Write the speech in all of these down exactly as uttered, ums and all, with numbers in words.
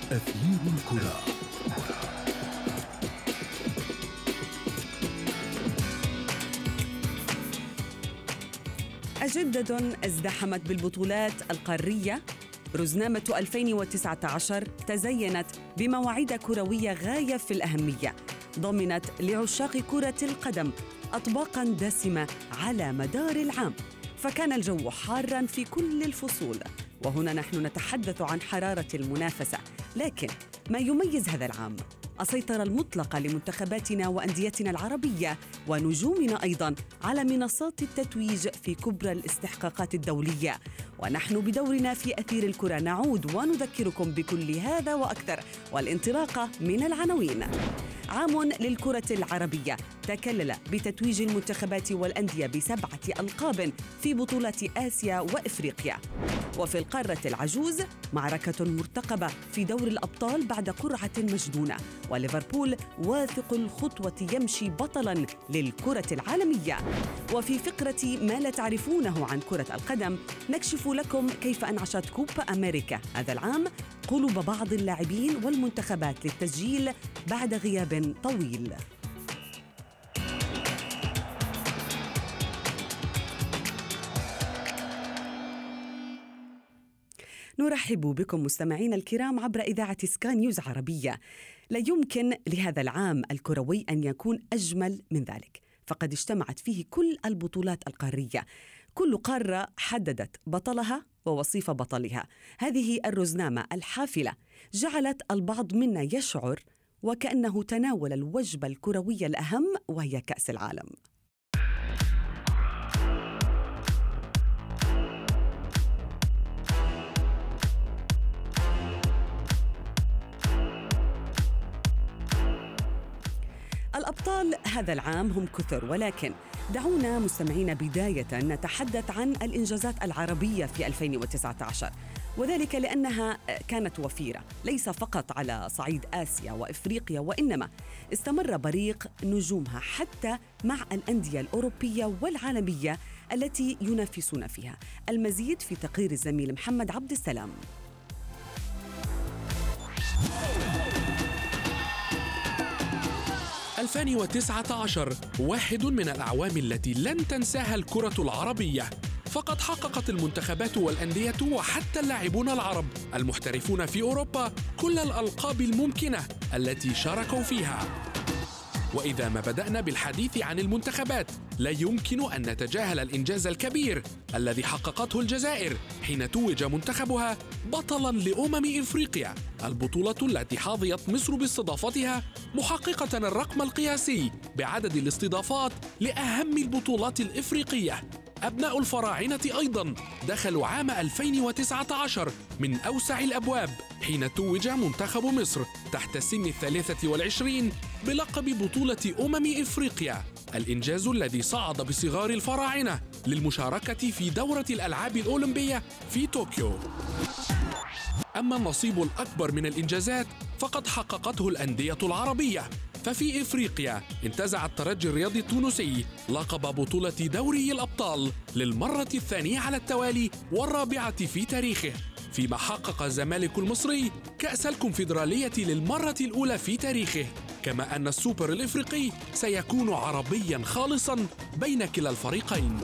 أثير الكرة. أجدة ازدحمت بالبطولات القارية. رزنامة ألفين وتسعة عشر تزينت بمواعيد كروية غاية في الأهمية، ضمنت لعشاق كرة القدم أطباقاً دسمة على مدار العام، فكان الجو حاراً في كل الفصول. وهنا نحن نتحدث عن حرارة المنافسة، لكن ما يميز هذا العام السيطرة المطلقة لمنتخباتنا وأنديتنا العربية ونجومنا أيضاً على منصات التتويج في كبرى الاستحقاقات الدولية. ونحن بدورنا في أثير الكرة نعود ونذكركم بكل هذا وأكثر، والانطلاقة من العناوين. عام للكرة العربية تكلل بتتويج المنتخبات والأندية بسبعة ألقاب في بطولات آسيا وإفريقيا. وفي القارة العجوز معركة مرتقبة في دور الأبطال بعد قرعة مجنونة، وليفربول واثق الخطوة يمشي بطلاً للكرة العالمية. وفي فقرة ما لا تعرفونه عن كرة القدم نكشف لكم كيف أنعشت كوبا أمريكا هذا العام قلوب بعض اللاعبين والمنتخبات للتسجيل بعد غياب طويل. نرحب بكم مستمعين الكرام عبر إذاعة سكاي نيوز عربية. لا يمكن لهذا العام الكروي أن يكون أجمل من ذلك، فقد اجتمعت فيه كل البطولات القارية. كل قارة حددت بطلها ووصيف بطلها. هذه الرزنامة الحافلة جعلت البعض منا يشعر وكأنه تناول الوجبة الكروية الأهم، وهي كأس العالم. الأبطال هذا العام هم كثر، ولكن دعونا مستمعين بداية نتحدث عن الإنجازات العربية في ألفين وتسعة عشر، وذلك لأنها كانت وفيرة ليس فقط على صعيد آسيا وإفريقيا، وإنما استمر بريق نجومها حتى مع الأندية الأوروبية والعالمية التي ينافسون فيها. المزيد في تقرير الزميل محمد عبد السلام. ألفين وتسعة عشر واحد من الأعوام التي لن تنساها الكرة العربية، فقد حققت المنتخبات والأندية وحتى اللاعبون العرب المحترفون في أوروبا كل الألقاب الممكنة التي شاركوا فيها. وإذا ما بدأنا بالحديث عن المنتخبات لا يمكن أن نتجاهل الإنجاز الكبير الذي حققته الجزائر حين توج منتخبها بطلاً لأمم إفريقيا، البطولة التي حظيت مصر باستضافتها محققة الرقم القياسي بعدد الاستضافات لأهم البطولات الإفريقية. أبناء الفراعنة أيضاً دخلوا عام ألفين وتسعة عشر من أوسع الأبواب حين توج منتخب مصر تحت سن الثلاثة والعشرين بلقب بطولة أمم إفريقيا، الإنجاز الذي صعد بصغار الفراعنة للمشاركة في دورة الألعاب الأولمبية في طوكيو. أما النصيب الأكبر من الإنجازات فقد حققته الأندية العربية، ففي إفريقيا انتزع الترجي الرياضي التونسي لقب بطولة دوري الأبطال للمرة الثانية على التوالي والرابعة في تاريخه، فيما حقق الزمالك المصري كأس الكونفدرالية للمرة الأولى في تاريخه، كما أن السوبر الإفريقي سيكون عربياً خالصاً بين كلا الفريقين.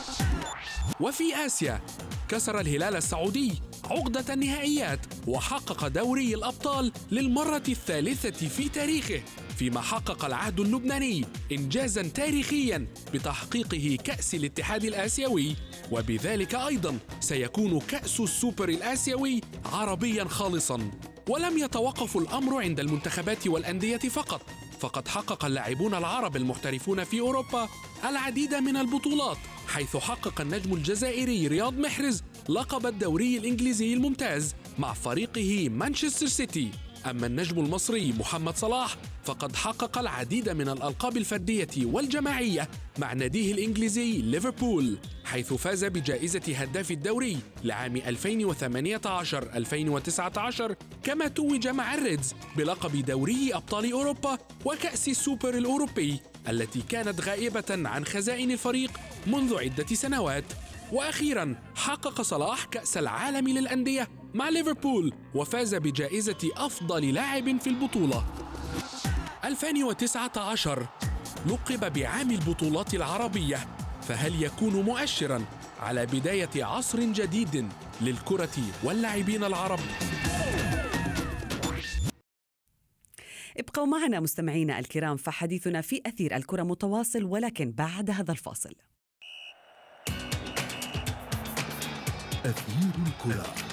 وفي آسيا كسر الهلال السعودي عقدة النهائيات وحقق دوري الأبطال للمرة الثالثة في تاريخه، فيما حقق العهد اللبناني إنجازاً تاريخياً بتحقيقه كأس الاتحاد الآسيوي، وبذلك أيضاً سيكون كأس السوبر الآسيوي عربياً خالصاً. ولم يتوقف الأمر عند المنتخبات والأندية فقط، فقد حقق اللاعبون العرب المحترفون في أوروبا العديد من البطولات، حيث حقق النجم الجزائري رياض محرز لقب الدوري الإنجليزي الممتاز مع فريقه مانشستر سيتي. أما النجم المصري محمد صلاح فقد حقق العديد من الألقاب الفردية والجماعية مع ناديه الإنجليزي ليفربول، حيث فاز بجائزة هداف الدوري لعام ألفين وثمانية عشر ألفين وتسعة عشر، كما توج مع الريدز بلقب دوري أبطال أوروبا وكأس السوبر الأوروبي التي كانت غائبة عن خزائن الفريق منذ عدة سنوات. وأخيراً حقق صلاح كأس العالم للأندية مع ليفربول وفاز بجائزة أفضل لاعب في البطولة. ألفين وتسعة عشر لقب بعام البطولات العربية، فهل يكون مؤشراً على بداية عصر جديد للكرة واللاعبين العرب؟ ابقوا معنا مستمعينا الكرام، فحديثنا في أثير الكرة متواصل، ولكن بعد هذا الفاصل. أثير الكرة.